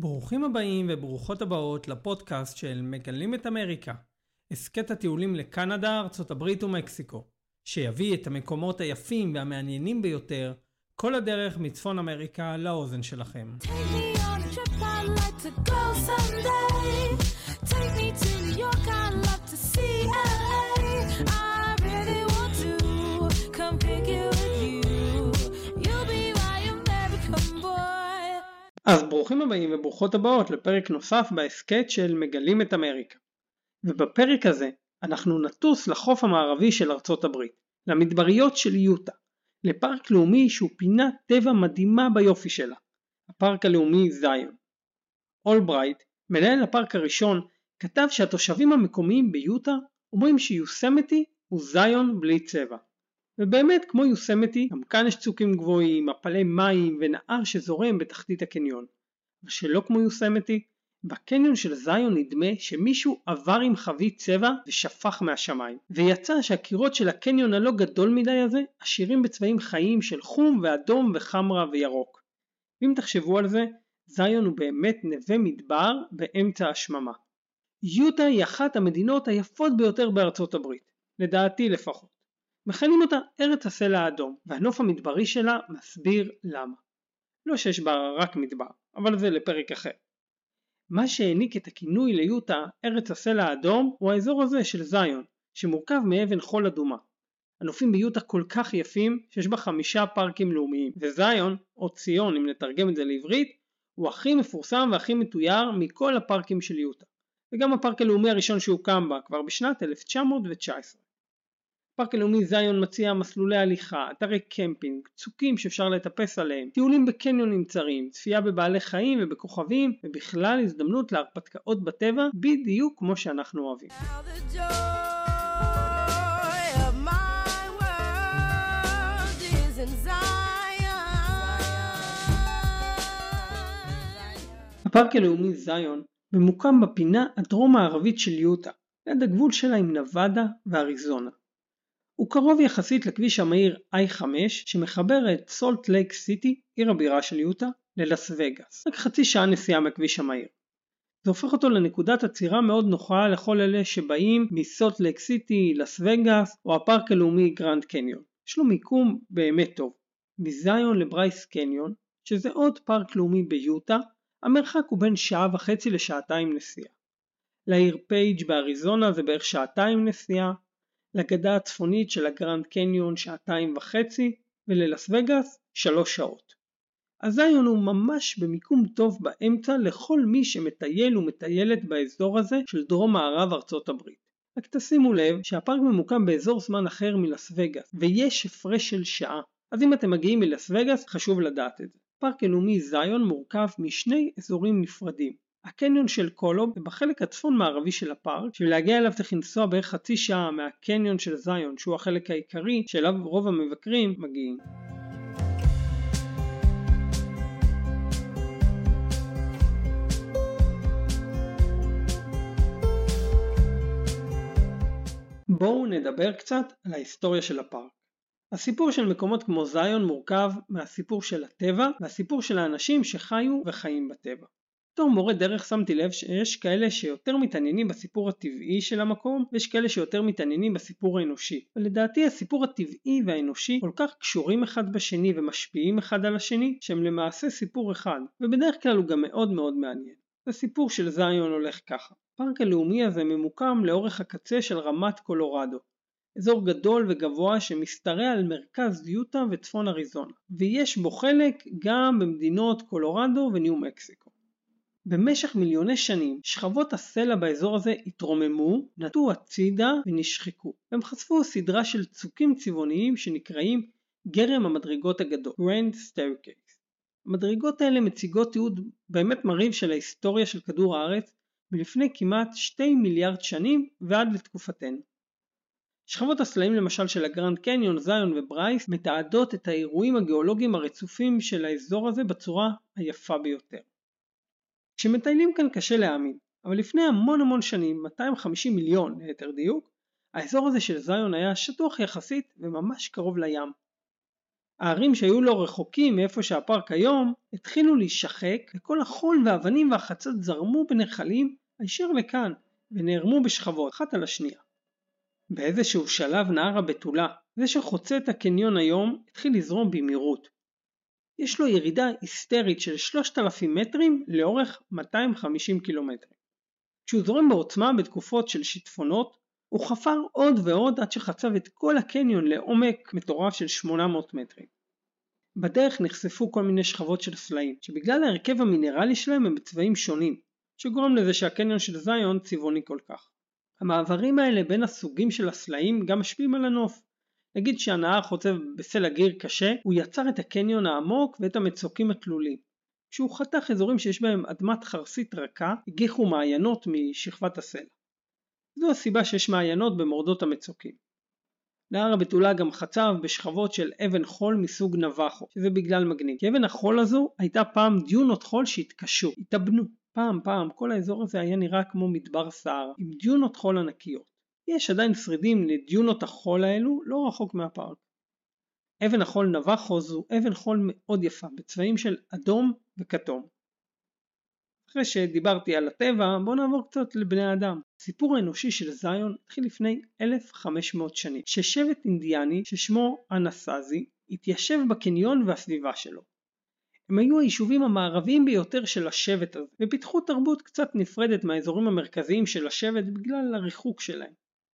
ברוכים הבאים וברוכות הבאות לפודקאסט של מגלים את אמריקה, הסקט הטיולים לקנדה, ארצות הברית ומקסיקו, שיביא את המקומות היפים והמעניינים ביותר, כל הדרך מצפון אמריקה לאוזן שלכם. Take me on a trip, I'd like to go someday. Take me to New York, I'd love to see LA. I really want to come pick you with you. You'll be my American boy. אז ברוכים הבאים וברוכות הבאות לפרק נוסף בהסקט של מגלים את אמריקה. ובפרק הזה אנחנו נטוס לחוף המערבי של ארצות הברית, למדבריות של יוטה, לפארק לאומי שהוא פינת טבע מדהימה ביופי שלה, הפארק הלאומי זיון. אולברייט, מנהל הפארק הראשון, כתב שהתושבים המקומיים ביוטה אומרים שיוסמטי הוא זיון בלי צבע. ובאמת כמו יוסמטי, גם כאן יש צוקים גבוהים, מפלי מים ונהר שזורם בתחתית הקניון. ושלא כמו יוסמטי, בקניון של זיון נדמה שמישהו עבר עם חבית צבע ושפך מהשמיים. ויצא שהקירות של הקניון הלא גדול מדי הזה עשירים בצבעים חיים של חום ואדום וחמרה וירוק. ואם תחשבו על זה, זיון הוא באמת נווה מדבר באמצע השממה. יוטה היא אחת המדינות היפות ביותר בארצות הברית, לדעתי לפחות. מכנים אותה ארץ הסלע האדום, והנוף המדברי שלה מסביר למה. לא שיש בה רק מדבר, אבל זה לפרק אחר. מה שהעניק את הכינוי ליוטה ארץ הסלע האדום הוא האזור הזה של זיון, שמורכב מאבן חול אדומה. הנופים ביוטה כל כך יפים שיש בה 5 פארקים לאומיים, וזיון, או ציון אם נתרגם את זה לעברית, הוא הכי מפורסם והכי מתויר מכל הפארקים של יוטה. וגם הפארק הלאומי הראשון שהוקם בה כבר בשנת 1919. הפארק הלאומי זיון מציע מסלולי הליכה, אתרי קמפינג, צוקים שאפשר לטפס עליהם, טיולים בקניונים צרים, צפייה בבעלי חיים ובכוכבים, ובכלל הזדמנות להרפתקאות בטבע בדיוק כמו שאנחנו אוהבים. הפארק הלאומי זיון ממוקם בפינה הדרום הערבית של יוטה, ליד הגבול שלה עם נבדה ואריזונה. הוא קרוב יחסית לכביש המהיר I-5 שמחבר את סולט לייק סיטי, עיר הבירה של יוטה, ללאס וגאס, רק חצי שעה נסיעה מכביש המהיר. זה הופך אותו לנקודת עצירה מאוד נוחה לכל אלה שבאים מסולט לייק סיטי, לאס וגאס או הפארק הלאומי גרנד קניון. יש לו מיקום באמת טוב. מזיון לברייס קניון, שזה עוד פארק לאומי ביוטה, המרחק הוא בין 1.5 שעה לשעתיים נסיעה. לעיר פייג' באריזונה זה בערך 2 שעות נסיעה, לגדה הצפונית של הגרנד קניון 2.5 שעות, וללאס וגאס 3 שעות. הזיון הוא ממש במיקום טוב באמצע לכל מי שמטייל ומטיילת באזור הזה של דרום מערב ארצות הברית. רק תשימו לב שהפארק ממוקם באזור זמן אחר מלאס וגאס, ויש הפרש של שעה. אז אם אתם מגיעים מלאס וגאס חשוב לדעת את זה. הפארק הלאומי זיון מורכב משני אזורים נפרדים. הקניון של קולוב זה בחלק הצפון מערבי של הפארק, שלהגיע אליו צריך לנסוע בערך חצי שעה מהקניון של זיון, שהוא החלק העיקרי שאליו רוב המבקרים מגיעים. בואו נדבר קצת על ההיסטוריה של הפארק. הסיפור של מקומות כמו זיון מורכב מהסיפור של הטבע והסיפור של האנשים שחיו וחיים בטבע. בתור מורה דרך שמתי לב שיש כאלה שיותר מתעניינים בסיפור הטבעי של המקום ויש כאלה שיותר מתעניינים בסיפור האנושי. ולדעתי הסיפור הטבעי והאנושי כל כך קשורים אחד בשני ומשפיעים אחד על השני שהם למעשה סיפור אחד, ובדרך כלל הוא גם מאוד מאוד מעניין. הסיפור של זיון הולך ככה. הפארק הלאומי הזה ממוקם לאורך הקצה של רמת קולורדו. אזור גדול וגבוה שמשתרע על מרכז יוטה וצפון אריזונה, ויש בו חלק גם במדינות קולורדו וניו מקסיקו. במשך מיליוני שנים שכבות הסלע באזור הזה התרוממו, נטו הצידה ונשחקו. הם חשפו סדרה של צוקים צבעוניים שנקראים גרם המדרגות הגדול, Grand Staircase. המדרגות האלה מציגות תיעוד באמת מרהיב של ההיסטוריה של כדור הארץ מלפני כמעט 2 מיליארד שנים ועד לתקופתנו. שכבות הסלעים למשל של הגרנד קניון, זיון וברייס מתעדות את האירועים הגיאולוגיים הרצופים של האזור הזה בצורה היפה ביותר. כשמטיילים כאן קשה להאמין, אבל לפני המון שנים, 250 מיליון ליתר דיוק, האזור הזה של זיון היה שטוח יחסית וממש קרוב לים. הערים שהיו לו רחוקים מאיפה שהפארק היום התחילו להישחק, וכל החול והאבנים והחצות זרמו בנחלים הישר לכאן ונערמו בשכבות אחת על השנייה. באיזשהו שלב נהר הבתולה, זה שחוצה את הקניון היום, התחיל לזרום במהירות. יש לו ירידה היסטרית של 3,000 מטרים לאורך 250 קילומטרים. כשהוא זורם בעוצמה בתקופות של שיטפונות, הוא חפר עוד ועוד עד שחצב את כל הקניון לעומק מטורף של 800 מטרים. בדרך נחשפו כל מיני שכבות של סלעים, שבגלל ההרכב המינרלי שלהם הם בצבעים שונים, שגורם לזה שהקניון של זיון צבעוני כל כך. המעברים האלה בין הסוגים של הסלעים גם משפיעים על הנוף. נגיד שהנהר חוצב בסלע גיר קשה, הוא יצר את הקניון העמוק ואת המצוקים התלולים. כשהוא חתך אזורים שיש בהם אדמת חרסית רכה, הגיחו מעיינות משכבת הסלע. זו הסיבה שיש מעיינות במורדות המצוקים. נהר הבתולה גם חצב בשכבות של אבן חול מסוג נבחו, שזה בגלל מגניב. כי אבן החול הזו הייתה פעם דיונות חול שהתקשו, התאבנו. פעם כל האזור הזה היה נראה כמו מדבר סהרה, עם דיונות חול ענקיות. יש עדיין שרידים לדיונות החול האלו לא רחוק מהפארק. אבן החול נבחו זו אבן חול מאוד יפה, בצבעים של אדום וכתום. אחרי שדיברתי על הטבע, בואו נעבור קצת לבני האדם. הסיפור האנושי של זיון התחיל לפני 1,500 שנים, ששבט אינדיאני ששמו אנסאזי התיישב בקניון והסביבה שלו. הם היו היישובים המערביים ביותר של השבט הזה, ופיתחו תרבות קצת נפרדת מהאזורים המרכזיים של השבט בגלל הריחוק שלהם.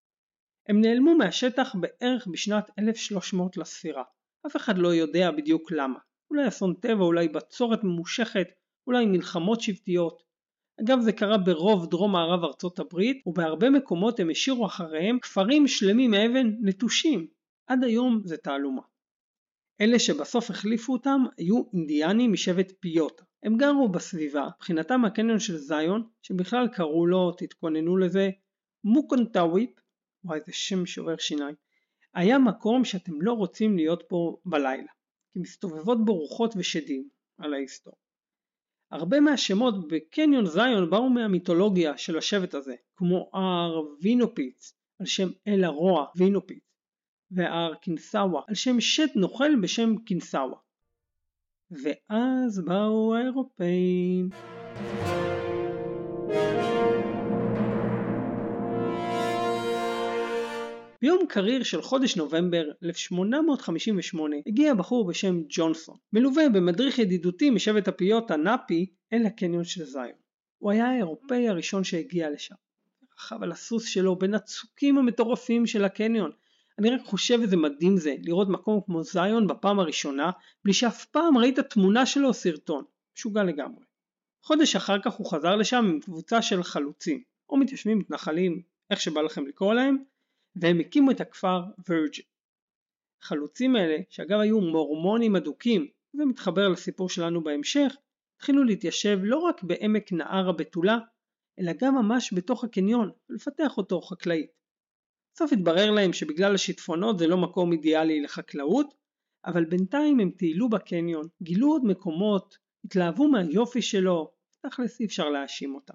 הם נעלמו מהשטח בערך בשנת 1300 לספירה. אף אחד לא יודע בדיוק למה. אולי אסון טבע, אולי בצורת ממושכת, אולי מלחמות שבטיות. אגב, זה קרה ברוב דרום מערב ארצות הברית, ובהרבה מקומות הם השאירו אחריהם כפרים שלמים מאבן נטושים. עד היום זה תעלומה. אלה שבסוף החליפו אותם היו אינדיאנים משבט פיוטה. הם גרו בסביבה, מבחינתם הקניון של זיון, שבכלל קראו לו, תתכוננו לזה, מוקונטאוויפ, וואי זה שם שובר שיניים, היה מקום שאתם לא רוצים להיות פה בלילה, כי מסתובבות בו רוחות ושדים על ההיסטור. הרבה מהשמות בקניון זיון באו מהמיתולוגיה של השבט הזה, כמו הר וינופיץ, על שם אל הרוע וינופיץ, והר קינסאווה, על שם שד נוכל בשם קינסאווה. ואז באו האירופאים. ביום קריר של חודש נובמבר 1858 הגיע בחור בשם ג'ונסון, מלווה במדריך ידידותי משבט הפיוטה נאפי אל הקניון של זיון. הוא היה האירופאי הראשון שהגיע לשם. רכב על הסוס שלו בין הצוקים המטורפים של הקניון. אני רק חושב איזה מדהים זה לראות מקום כמו זיון בפעם הראשונה בלי שאף פעם ראית תמונה שלו או סרטון. משוגע לגמרי. חודש אחר כך הוא חזר לשם עם קבוצה של חלוצים או מתיישבים מתנחלים, איך שבא לכם לקרוא להם, והם הקימו את הכפר וירג'ין. החלוצים האלה, שאגב היו מורמונים אדוקים, זה מתחבר לסיפור שלנו בהמשך, התחילו להתיישב לא רק בעמק נהר הבתולה, אלא גם ממש בתוך הקניון, ולפתח אותו חקלאית. בסוף התברר להם שבגלל השיטפונות זה לא מקום אידיאלי לחקלאות, אבל בינתיים הם טיילו בקניון, גילו עוד מקומות, התלהבו מהיופי שלו, תכלס אי אפשר להאשים אותם.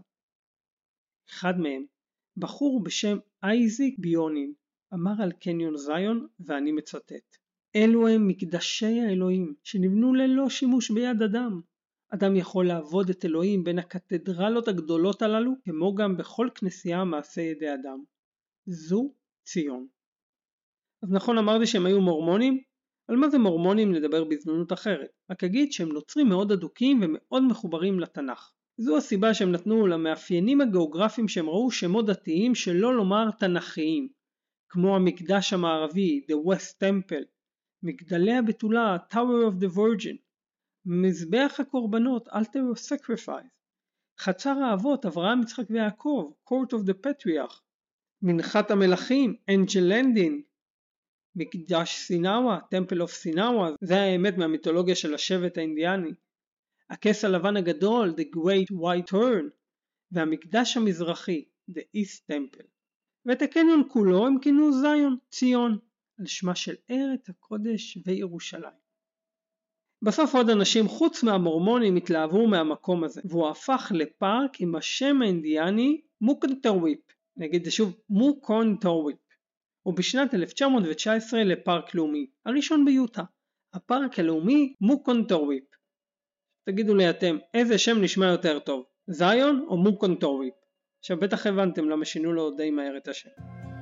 אחד מהם, בחור בשם אייזיק ביונין, אמר על קניון זיון, ואני מצטט: אלו הם מקדשי האלוהים שנבנו ללא שימוש ביד אדם. אדם יכול לעבוד את אלוהים בין הקתדרלות הגדולות הללו, כמו גם בכל כנסייה מעשה ידי אדם. זו ציון. אז נכון אמרתי שהם היו מורמונים? על מה זה מורמונים נדבר בהזדמנות אחרת. רק אגיד שהם נוצרים מאוד אדוקים ומאוד מחוברים לתנ"ך. זו הסיבה שהם נתנו למאפיינים הגיאוגרפיים שהם ראו שמות דתיים שלא לומר תנ"כיים, כמו המקדש המערבי, The West Temple, מגדלי הבתולה, Tower of the Virgin, מזבח הקורבנות, Altar of Sacrifice, חצר האבות, אברהם, יצחק ויעקב, Court of the Patriarch, מנחת המלכים, Angel Landing, מקדש סינאווה, Temple of סינאווה, זה האמת מהמיתולוגיה של השבט האינדיאני, הכס הלבן הגדול, The Great White Throne, והמקדש המזרחי, The East Temple. ואת הקניון כולו הם כינו זיון, ציון, על שמה של ארץ הקודש וירושלים. בסוף עוד אנשים חוץ מהמורמונים התלהבו מהמקום הזה, והוא הפך לפארק עם השם האינדיאני מוקונטאוויפ, נגיד זה שוב מוקונטאוויפ, ובשנת 1919 לפארק לאומי, הראשון ביוטה. הפארק הלאומי מוקונטורויפ. תגידו לי אתם, איזה שם נשמע יותר טוב, זיון או מוקונטורויפ? עכשיו בטח הבנתם למה שינו לו די מהר את השם.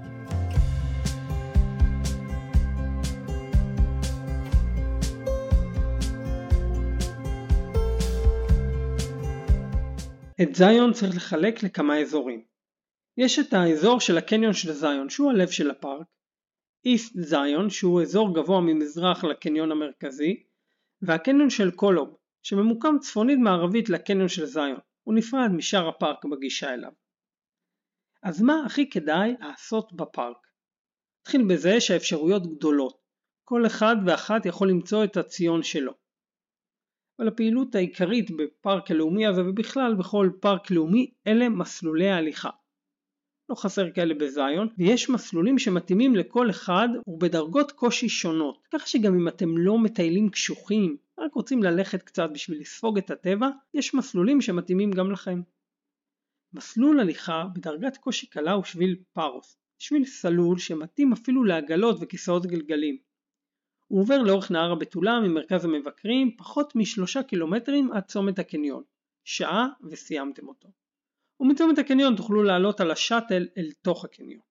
את זיון צריך לחלק לכמה אזורים. יש את האזור של הקניון של זיון, שהוא הלב של הפארק, איסט זיון, שהוא אזור גבוה ממזרח לקניון המרכזי, והקניון של קולוב, שממוקם צפונית מערבית לקניון של זיון, הוא נפרד משאר הפארק בגישה אליו. אז מה הכי כדאי לעשות בפארק? נתחיל בזה שהאפשרויות גדולות, כל אחד ואחת יכול למצוא את הציון שלו. אבל הפעילות העיקרית בפארק הלאומי הזה ובכלל בכל פארק לאומי אלה מסלולי ההליכה. לא חסר כאלה בזיון, ויש מסלולים שמתאימים לכל אחד ובדרגות קושי שונות, כך שגם אם אתם לא מטיילים קשוחים, רק רוצים ללכת קצת בשביל לספוג את הטבע, יש מסלולים שמתאימים גם לכם. מסלול הליכה בדרגת קושי קלה הוא שביל פארוס, שביל סלול שמתאים אפילו לעגלות וכיסאות גלגלים. הוא עובר לאורך נהר הבתולה ממרכז המבקרים פחות מ3 קילומטרים עד צומת הקניון, שעה וסיימתם אותו. ומצומת הקניון תוכלו לעלות על השאטל אל תוך הקניון.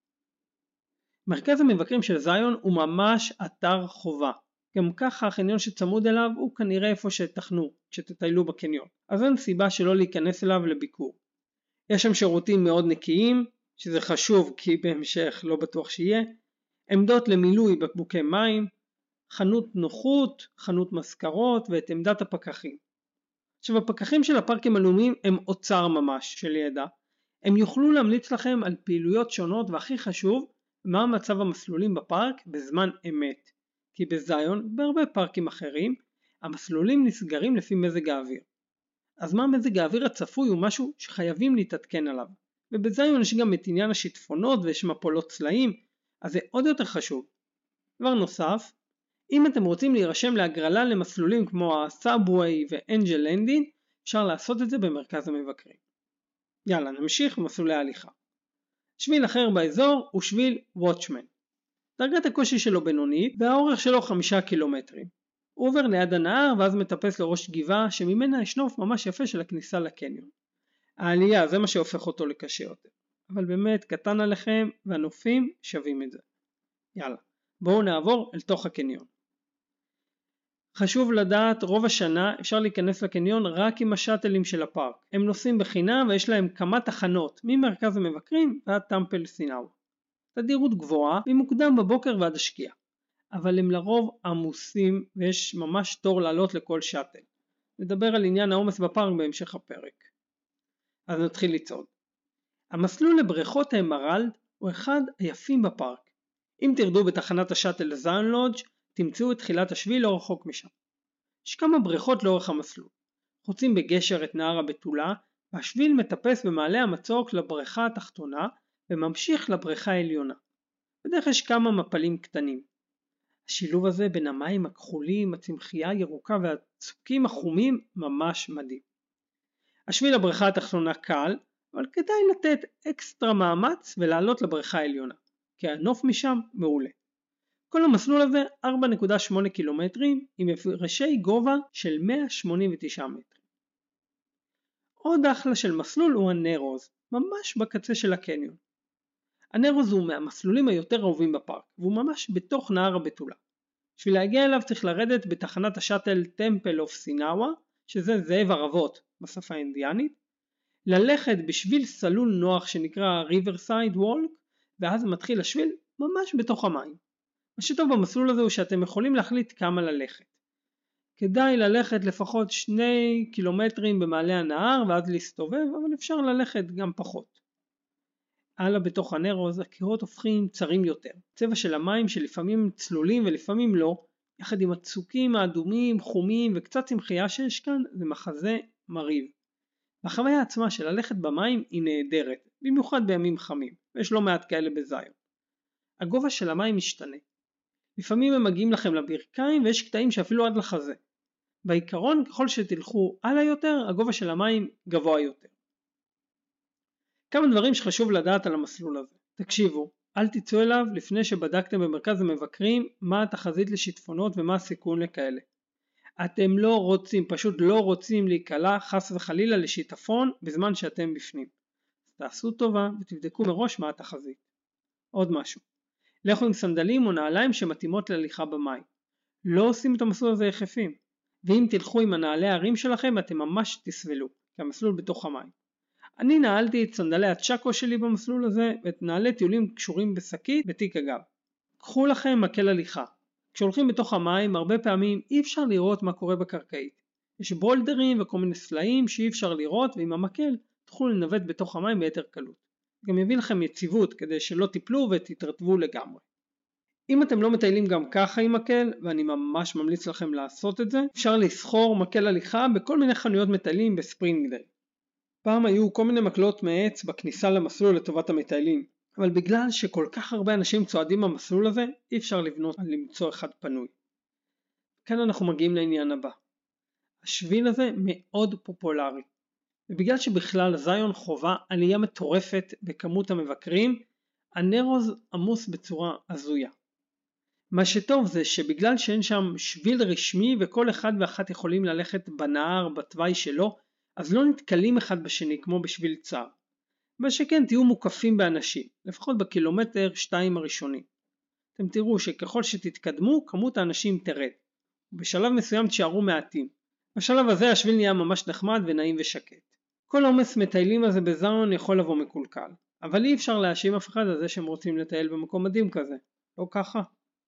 מרכז המבקרים של זיון הוא ממש אתר חובה. גם ככה החניון שצמוד אליו הוא כנראה איפה שתכנו כשתטיילו בקניון, אז אין סיבה שלא להיכנס אליו לביקור. יש שם שירותים מאוד נקיים, שזה חשוב כי בהמשך לא בטוח שיהיה, עמדות למילוי בקבוקי מים, חנות נוחות, חנות מזכרות ואת עמדת הפקחים. עכשיו הפקחים של הפארקים הלאומיים הם אוצר ממש של ידע, הם יוכלו להמליץ לכם על פעילויות שונות והכי חשוב, מה מצב המסלולים בפארק בזמן אמת. כי בזיון, בהרבה פארקים אחרים, המסלולים נסגרים לפי מזג האוויר. אז מה מזג האוויר הצפוי הוא משהו שחייבים להתעדכן עליו. ובזיון יש גם את עניין השיטפונות ויש מפולות צלעים, אז זה עוד יותר חשוב. דבר נוסף, אם אתם רוצים להירשם להגרלה למסלולים כמו הסאבווי ואנג'ל לנדין, אפשר לעשות את זה במרכז המבקרים. יאללה, נמשיך במסלולי ההליכה. שביל אחר באזור הוא שביל וואטשמן. דרגת הקושי שלו בינונית והאורך שלו 5 קילומטרים. הוא עובר ליד הנהר ואז מטפס לראש גבעה שממנה יש נוף ממש יפה של הכניסה לקניון. העלייה זה מה שהופך אותו לקשה יותר. אבל באמת קטן עליכם והנופים שווים את זה. יאללה, בואו נעבור אל תוך הקניון. חשוב לדעת, רוב השנה אפשר להיכנס לקניון רק עם השאטלים של הפארק. הם נוסעים בחינם ויש להם כמה תחנות ממרכז המבקרים ועד טמפל סינאו. תדירות גבוהה ממוקדם בבוקר ועד השקיעה. אבל הם לרוב עמוסים ויש ממש תור לעלות לכל שאטל. נדבר על עניין העומס בפארק בהמשך הפרק. אז נתחיל לצעוד. המסלול לבריכות האמרלד הוא אחד היפים בפארק. אם תרדו בתחנת השאטל לזיון לודג' תמצאו את תחילת השביל לא רחוק משם. יש כמה בריכות לאורך המסלול. חוצים בגשר את נהר הבתולה, והשביל מטפס במעלה המצוק לבריכה התחתונה, וממשיך לבריכה העליונה. בדרך יש כמה מפלים קטנים. השילוב הזה בין המים הכחולים, הצמחייה הירוקה והצוקים החומים ממש מדהים. השביל לבריכה התחתונה קל, אבל כדאי לתת אקסטרה מאמץ ולעלות לבריכה העליונה, כי הנוף משם מעולה. כל המסלול הזה 4.8 קילומטרים עם הפרשי גובה של 189 מטרים. עוד אחלה של מסלול הוא הנרוז, ממש בקצה של הקניון. הנרוז הוא מהמסלולים היותר אהובים בפארק, והוא ממש בתוך נהר הבתולה. בשביל להגיע אליו צריך לרדת בתחנת השאטל טמפל אוף סינאווה, שזה זאב ערבות בשפה האינדיאנית, ללכת בשביל סלול נוח שנקרא ריברסייד וולק, ואז מתחיל השביל ממש בתוך המים. מה שטוב במסלול הזה הוא שאתם יכולים להחליט כמה ללכת. כדאי ללכת לפחות 2 קילומטרים במעלה הנהר ואז להסתובב, אבל אפשר ללכת גם פחות. הלאה בתוך הנרוז הקירות הופכים צרים יותר. צבע של המים שלפעמים צלולים ולפעמים לא, יחד עם הצוקים האדומים, חומים וקצת צמחייה שיש כאן, זה מחזה מרהיב. והחוויה עצמה של ללכת במים היא נהדרת, במיוחד בימים חמים, ויש לא מעט כאלה בזיון. הגובה של המים משתנה. לפעמים הם מגיעים לכם לברכיים ויש קטעים שאפילו עד לחזה. בעיקרון ככל שתלכו הלאה יותר, הגובה של המים גבוה יותר. כמה דברים שחשוב לדעת על המסלול הזה. תקשיבו, אל תצאו אליו לפני שבדקתם במרכז המבקרים מה התחזית לשיטפונות ומה הסיכון לכאלה. אתם לא רוצים, פשוט לא רוצים להיקלע חס וחלילה לשיטפון בזמן שאתם בפנים. תעשו טובה ותבדקו מראש מה התחזית. עוד משהו. לכו עם סנדלים או נעליים שמתאימות להליכה במים. לא עושים את המסלול הזה יחפים. ואם תלכו עם הנעלי הרים שלכם אתם ממש תסבלו, כי המסלול בתוך המים. אני נעלתי את סנדלי הצ'אקו שלי במסלול הזה ואת נעלי טיולים קשורים בשקית בתיק הגב. קחו לכם מקל הליכה. כשהולכים בתוך המים הרבה פעמים אי אפשר לראות מה קורה בקרקעית. יש בולדרים וכל מיני סלעים שאי אפשר לראות, ועם המקל תוכלו לנווט בתוך המים ביתר קלות. גם יביא לכם יציבות כדי שלא תיפלו ותתרטבו לגמרי. אם אתם לא מטיילים גם ככה עם מקל, ואני ממש ממליץ לכם לעשות את זה, אפשר לסחור מקל הליכה בכל מיני חנויות מטיילים בספרינגדייל. פעם היו כל מיני מקלות מעץ בכניסה למסלול לטובת המטיילים, אבל בגלל שכל כך הרבה אנשים צועדים במסלול הזה, אי אפשר לבנות על למצוא אחד פנוי. כאן אנחנו מגיעים לעניין הבא. השביל הזה מאוד פופולרי, ובגלל שבכלל זיון חובה עלייה מטורפת בכמות המבקרים, הנרוז עמוס בצורה הזויה. מה שטוב זה שבגלל שאין שם שביל רשמי וכל אחד ואחת יכולים ללכת בנהר בתוואי שלו, אז לא נתקלים אחד בשני כמו בשביל צר. מה שכן, תהיו מוקפים באנשים, לפחות בקילומטר 2 הראשונים. אתם תראו שככל שתתקדמו, כמות האנשים תרד. ובשלב מסוים תשארו מעטים. בשלב הזה השביל נהיה ממש נחמד ונעים ושקט. כל עומס מטיילים הזה בזיון יכול לבוא מקולקל, אבל אי אפשר להאשים אף אחד על זה שהם רוצים לטייל במקום מדהים כזה. לא ככה.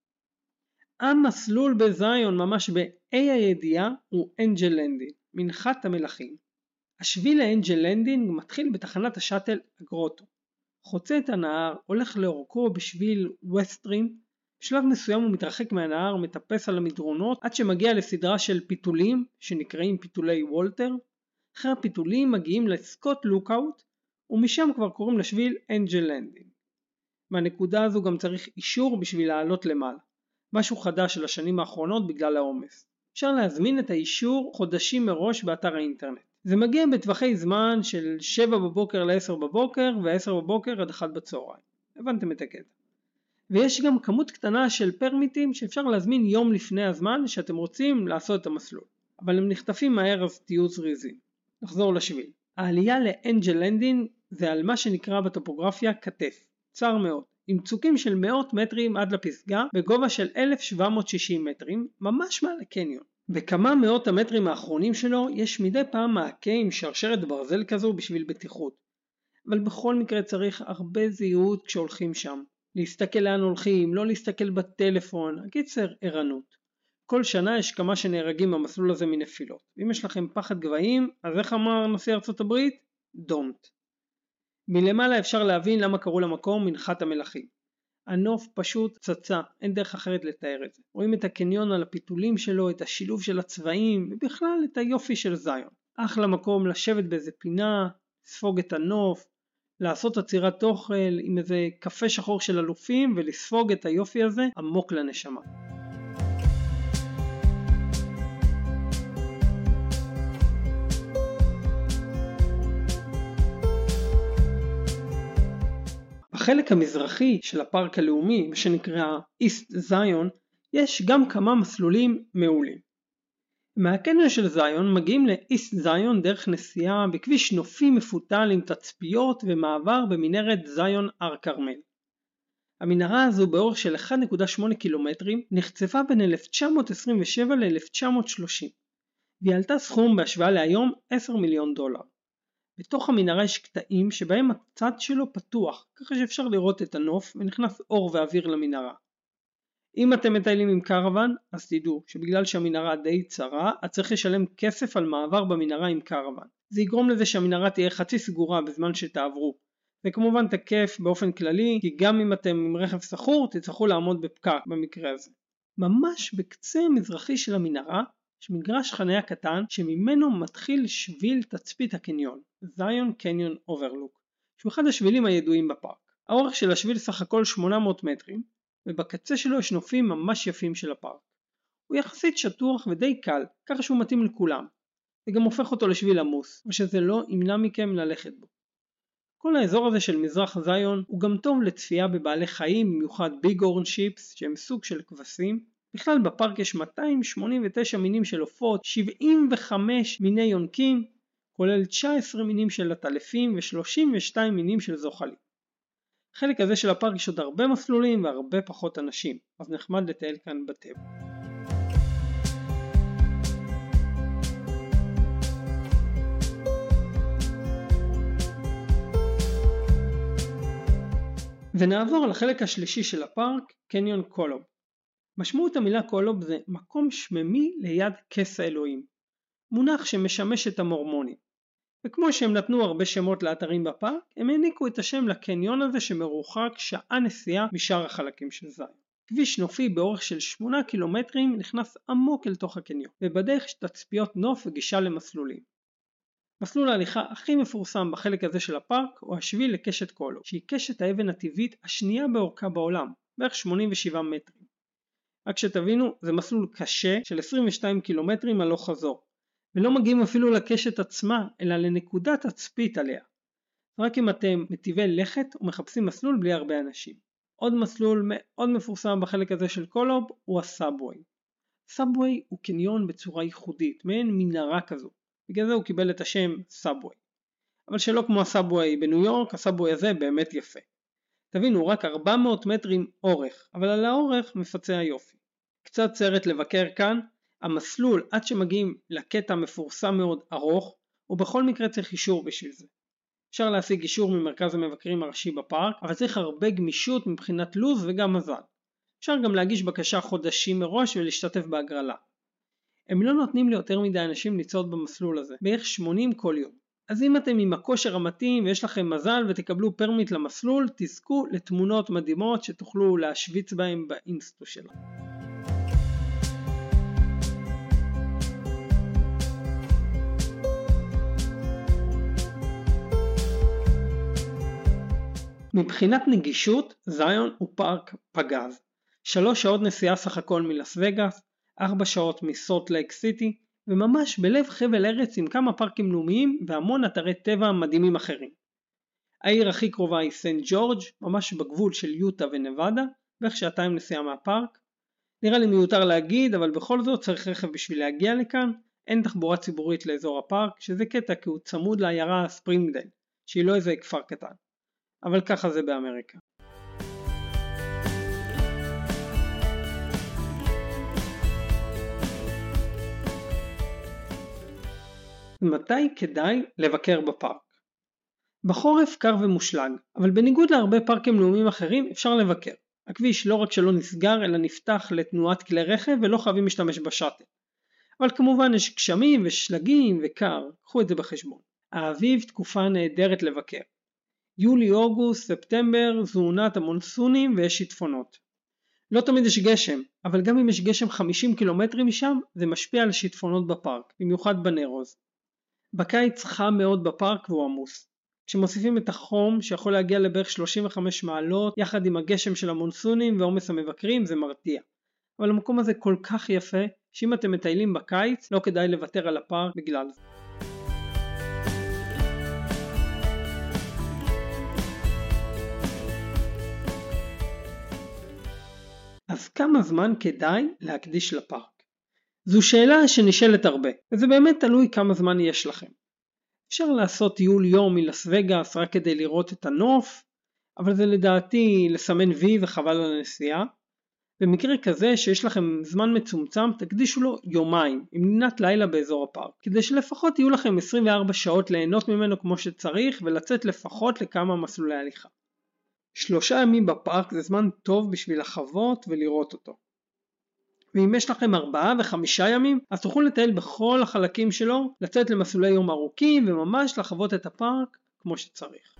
המסלול בזיון ממש באי הידיעה הוא אנג'ל לנדינג, מנחת המלכים. השביל לאנג'ל לנדינג מתחיל בתחנת השאטל הגרוטו. חוצה את הנהר, הולך לאורכו בשביל וסטרים. בשלב מסוים הוא מתרחק מהנהר, מטפס על המדרונות עד שמגיע לסדרה של פיתולים שנקראים פיתולי וולטר. אחרי הפיתולים מגיעים לסקוט לוקאוט, ומשם כבר קוראים לשביל אנג'ל לנדינג. מהנקודה הזו גם צריך אישור בשביל לעלות למעלה. משהו חדש של השנים האחרונות בגלל העומס. אפשר להזמין את האישור חודשים מראש באתר האינטרנט. זה מגיע בטווחי זמן של 7 בבוקר ל-10 בבוקר ו-10 בבוקר עד 1 בצהריים. הבנתם את הקטע. ויש גם כמות קטנה של פרמיטים שאפשר להזמין יום לפני הזמן שאתם רוצים לעשות את המסלול. אבל הם נחטפים מהר אז תהיו זריזים. נחזור לשביל. העלייה לאנג'ל לנדינג זה על מה שנקרא בטופוגרפיה כתף. צר מאוד. עם צוקים של מאות מטרים עד לפסגה בגובה של 1760 מטרים, ממש מעל הקניון. בכמה מאות המטרים האחרונים שלו יש מדי פעם מעקה עם שרשרת ברזל כזו בשביל בטיחות. אבל בכל מקרה צריך הרבה זהירות כשהולכים שם. להסתכל לאן הולכים, לא להסתכל בטלפון, הקיצר ערנות. כל שנה יש כמה שנהרגים במסלול הזה מנפילות. ואם יש לכם פחד גבהים, אז איך אמר נשיא ארצות הברית? Don't. מלמעלה אפשר להבין למה קראו למקום מנחת המלכים. הנוף פשוט צצה, אין דרך אחרת לתאר את זה. רואים את הקניון על הפיתולים שלו, את השילוב של הצבעים, ובכלל את היופי של זיון. אחלה מקום לשבת באיזה פינה, לספוג את הנוף, לעשות עצירת אוכל עם איזה קפה שחור של אלופים, ולספוג את היופי הזה עמוק לנשמה. בחלק המזרחי של הפארק הלאומי, מה שנקרא איסט זיון, יש גם כמה מסלולים מעולים. מהקניון של זיון מגיעים לאיסט זיון דרך נסיעה בכביש נופי מפותל עם תצפיות ומעבר במנהרת זיון הר כרמל. המנהרה הזו באורך של 1.8 קילומטרים נחצבה בין 1927 ל-1930, והיא עלתה סכום בהשוואה להיום $10 מיליון. בתוך המנהרה יש קטעים שבהם הצד שלו פתוח, ככה שאפשר לראות את הנוף ונכנס אור ואוויר למנהרה. אם אתם מטיילים עם קרוון, אז תדעו שבגלל שהמנהרה די צרה, אז צריך לשלם כסף על מעבר במנהרה עם קרוון. זה יגרום לזה שהמנהרה תהיה חצי סגורה בזמן שתעברו. זה כמובן תקף באופן כללי, כי גם אם אתם עם רכב סחור, תצטרכו לעמוד בפקק במקרה הזה. ממש בקצה המזרחי של המנהרה, יש מגרש חניה קטן שממנו מתחיל שביל תצפית הקניון, זיון קניון אוברלוק, שהוא אחד השבילים הידועים בפארק. האורך של השביל סך הכל 800 מטרים, ובקצה שלו יש נופים ממש יפים של הפארק. הוא יחסית שטוח ודי קל, ככה שהוא מתאים לכולם. זה גם הופך אותו לשביל עמוס, ושזה לא ימנע מכם ללכת בו. כל האזור הזה של מזרח זיון הוא גם טוב לצפייה בבעלי חיים, במיוחד ביגהורן שיפס שהם סוג של כבשים. בכלל בפארק יש 289 מינים של עופות, 75 מיני יונקים, כולל 19 מינים של עטלפים ו32 מינים של זוחלים. החלק הזה של הפארק יש עוד הרבה מסלולים והרבה פחות אנשים, אז נחמד לטייל כאן בטבע. ונעבור לחלק השלישי של הפארק, קניון קולוב. משמעות המילה קולוב זה מקום שממי ליד כס האלוהים, מונח שמשמש את המורמונים. וכמו שהם נתנו הרבה שמות לאתרים בפארק, הם העניקו את השם לקניון הזה שמרוחק שעה נסיעה משאר החלקים של זיון. כביש נופי באורך של 8 קילומטרים נכנס עמוק אל תוך הקניון, ובדרך יש תצפיות נוף וגישה למסלולים. מסלול ההליכה הכי מפורסם בחלק הזה של הפארק הוא השביל לקשת קולוב, שהיא קשת האבן הטבעית השנייה באורכה בעולם, בערך 87 מטרים. רק שתבינו, זה מסלול קשה של 22 קילומטרים הלוך חזור, ולא מגיעים אפילו לקשת עצמה, אלא לנקודת תצפית עליה. רק אם אתם מטיבי לכת ומחפשים מסלול בלי הרבה אנשים. עוד מסלול מאוד מפורסם בחלק הזה של קולוב הוא הסאבווי. סאבווי הוא קניון בצורה ייחודית, מעין מנהרה כזו. בגלל זה הוא קיבל את השם סאבווי. אבל שלא כמו הסאבווי בניו יורק, הסאבווי הזה באמת יפה. תבינו, רק 400 מטרים אורך, אבל על האורך מפצה היופי. קצת סרט לבקר כאן, המסלול עד שמגיעים לקטע מפורסם מאוד ארוך, ובכל מקרה צריך אישור בשביל זה. אפשר להשיג אישור ממרכז המבקרים הראשי בפארק, אבל צריך הרבה גמישות מבחינת לוז וגם מזל. אפשר גם להגיש בקשה חודשים מראש ולהשתתף בהגרלה. הם לא נותנים ליותר מדי אנשים לצעוד במסלול הזה, בערך 80 כל יום. אז אם אתם עם הכושר המתאים ויש לכם מזל ותקבלו פרמיט למסלול, תזכו לתמונות מדהימות שתוכלו להשוויץ בהם באינסטו שלנו. מבחינת נגישות, זיון הוא פארק פגז. 3 שעות נסיעה סך הכל מלאס וגאס, 4 שעות מסולט לייק סיטי, וממש בלב חבל ארץ עם כמה פארקים לאומיים והמון אתרי טבע מדהימים אחרים. העיר הכי קרובה היא סנט ג'ורג', ממש בגבול של יוטה ונבדה, בערך 2 שעות נסיעה מהפארק. נראה לי מיותר להגיד, אבל בכל זאת צריך רכב בשביל להגיע לכאן. אין תחבורה ציבורית לאזור הפארק, שזה קטע כי הוא צמוד לעיירה ספרינגדייל, שהיא לא איזה כפר קטן. אבל ככה זה באמריקה. מתי כדאי לבקר בפארק? בחורף קר ומושלג, אבל בניגוד להרבה פארקים לאומיים אחרים אפשר לבקר. הכביש לא רק שלא נסגר אלא נפתח לתנועת כלי רכב ולא חייבים להשתמש בשאטל. אבל כמובן יש גשמים ושלגים וקר, קחו את זה בחשבון. האביב תקופה נהדרת לבקר. יולי, אוגוסט, ספטמבר זו עונת המונסונים ויש שיטפונות. לא תמיד יש גשם, אבל גם אם יש גשם 50 קילומטרים משם, זה משפיע על השיטפונות בפארק, במיוחד בנרוז. בקיץ חם מאוד בפארק והוא עמוס. כשמוסיפים את החום שיכול להגיע לבערך 35 מעלות, יחד עם הגשם של המונסונים ועומס המבקרים, זה מרתיע. אבל המקום הזה כל כך יפה, שאם אתם מטיילים בקיץ, לא כדאי לוותר על הפארק בגלל זה. אז כמה זמן כדאי להקדיש לפארק? זו שאלה שנשאלת הרבה, וזה באמת תלוי כמה זמן יש לכם. אפשר לעשות טיול יום מלאס וגאס רק כדי לראות את הנוף, אבל זה לדעתי לסמן וי וחבל על הנסיעה. במקרה כזה שיש לכם זמן מצומצם, תקדישו לו יומיים, עם לינת לילה באזור הפארק, כדי שלפחות יהיו לכם 24 שעות ליהנות ממנו כמו שצריך, ולצאת לפחות לכמה מסלולי הליכה. 3 ימים בפארק זה זמן טוב בשביל לחוות ולראות אותו. ואם יש לכם 4 ו5 ימים, אז תוכלו לטייל בכל החלקים שלו, לצאת למסלולי יום ארוכים וממש לחוות את הפארק כמו שצריך.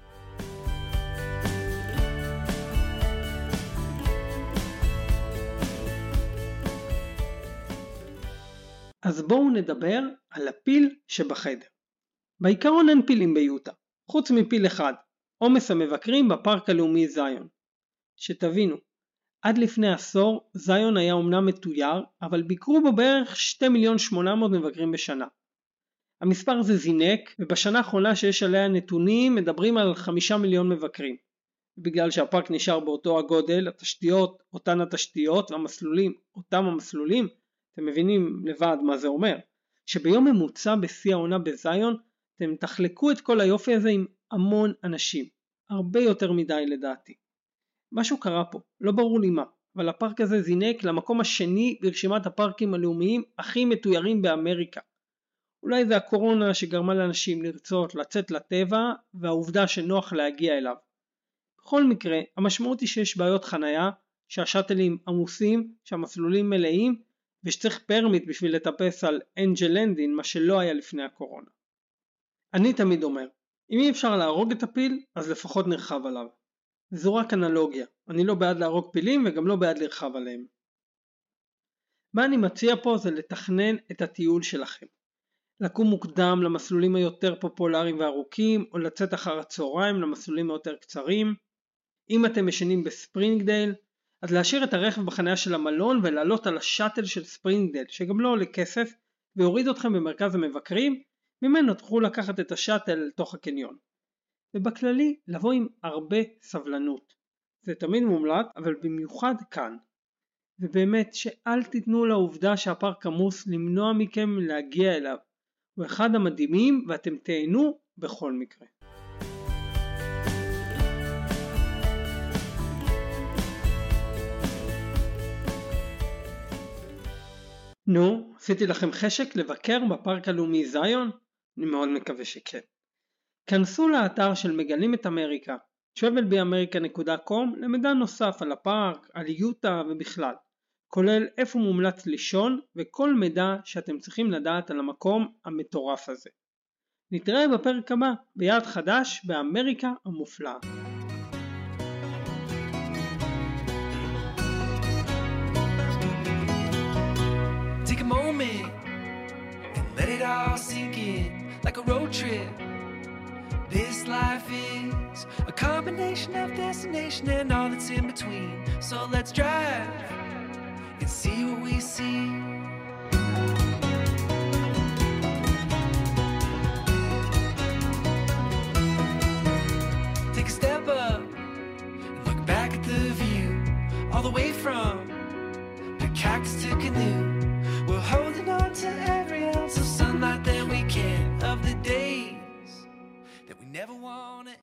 אז בואו נדבר על הפיל שבחדר. בעיקרון אין פילים ביוטה, חוץ מפיל אחד, עומס המבקרים בפארק הלאומי זיון. שתבינו, עד לפני עשור זיון היה אומנם מתויר, אבל ביקרו בו בערך 2,800,000 מבקרים בשנה. המספר הזה זינק, ובשנה האחרונה שיש עליה נתונים מדברים על 5 מיליון מבקרים. בגלל שהפארק נשאר באותו הגודל, התשתיות, אותן התשתיות, והמסלולים, אותם המסלולים, אתם מבינים לבד מה זה אומר. שביום ממוצע בשיא העונה בזיון, אתם תחלקו את כל היופי הזה עם המון אנשים. הרבה יותר מדי לדעתי. משהו קרה פה, לא ברור לי מה, אבל הפארק הזה זינק למקום השני ברשימת הפארקים הלאומיים הכי מתוירים באמריקה. אולי זה הקורונה שגרמה לאנשים לרצות לצאת לטבע, והעובדה שנוח להגיע אליו. בכל מקרה, המשמעות היא שיש בעיות חנייה, שהשאטלים עמוסים, שהמסלולים מלאים, ושצריך פרמיט בשביל לטפס על אנג'ל לנדין, מה שלא היה לפני הקורונה. אני תמיד אומר, אם אי אפשר להרוג את הפיל, אז לפחות נרחב עליו. זו רק אנלוגיה, אני לא בעד להרוג פילים וגם לא בעד לרחב עליהם. מה אני מציע פה זה לתכנן את הטיול שלכם. לקום מוקדם למסלולים היותר פופולריים וארוכים, או לצאת אחר הצהריים למסלולים היותר קצרים. אם אתם משנים בספרינגדייל, אז להשאיר את הרכב בחניה של המלון ולעלות על השאטל של ספרינגדייל, שגם לא עולה כסף, ויוריד אתכם במרכז המבקרים, ממנו תוכלו לקחת את השאטל לתוך הקניון. ובכללי, לבוא עם הרבה סבלנות. זה תמיד מומלץ, אבל במיוחד כאן. ובאמת שאל תיתנו לעובדה שהפארק עמוס למנוע מכם להגיע אליו. הוא אחד המדהימים ואתם תהנו בכל מקרה. נו, עשיתי לכם חשק לבקר בפארק הלאומי זיון? אני מאוד מקווה שכן. כנסו לאתר של מגלים את אמריקה, travelbyamerica.com, למידע נוסף על הפארק, על יוטה ובכלל, כולל איפה מומלץ לישון וכל מידע שאתם צריכים לדעת על המקום המטורף הזה. נתראה בפרק הבא ביעד חדש באמריקה המופלאה. Take a moment and let it all sink in like a road trip. This life is a combination of destination and all that's in between. So let's drive and see what we see. Take a step up and look back at the view, all the way from the cactus to canoe. We're holding on to every ounce of sunlight that we can, of the days that we never want to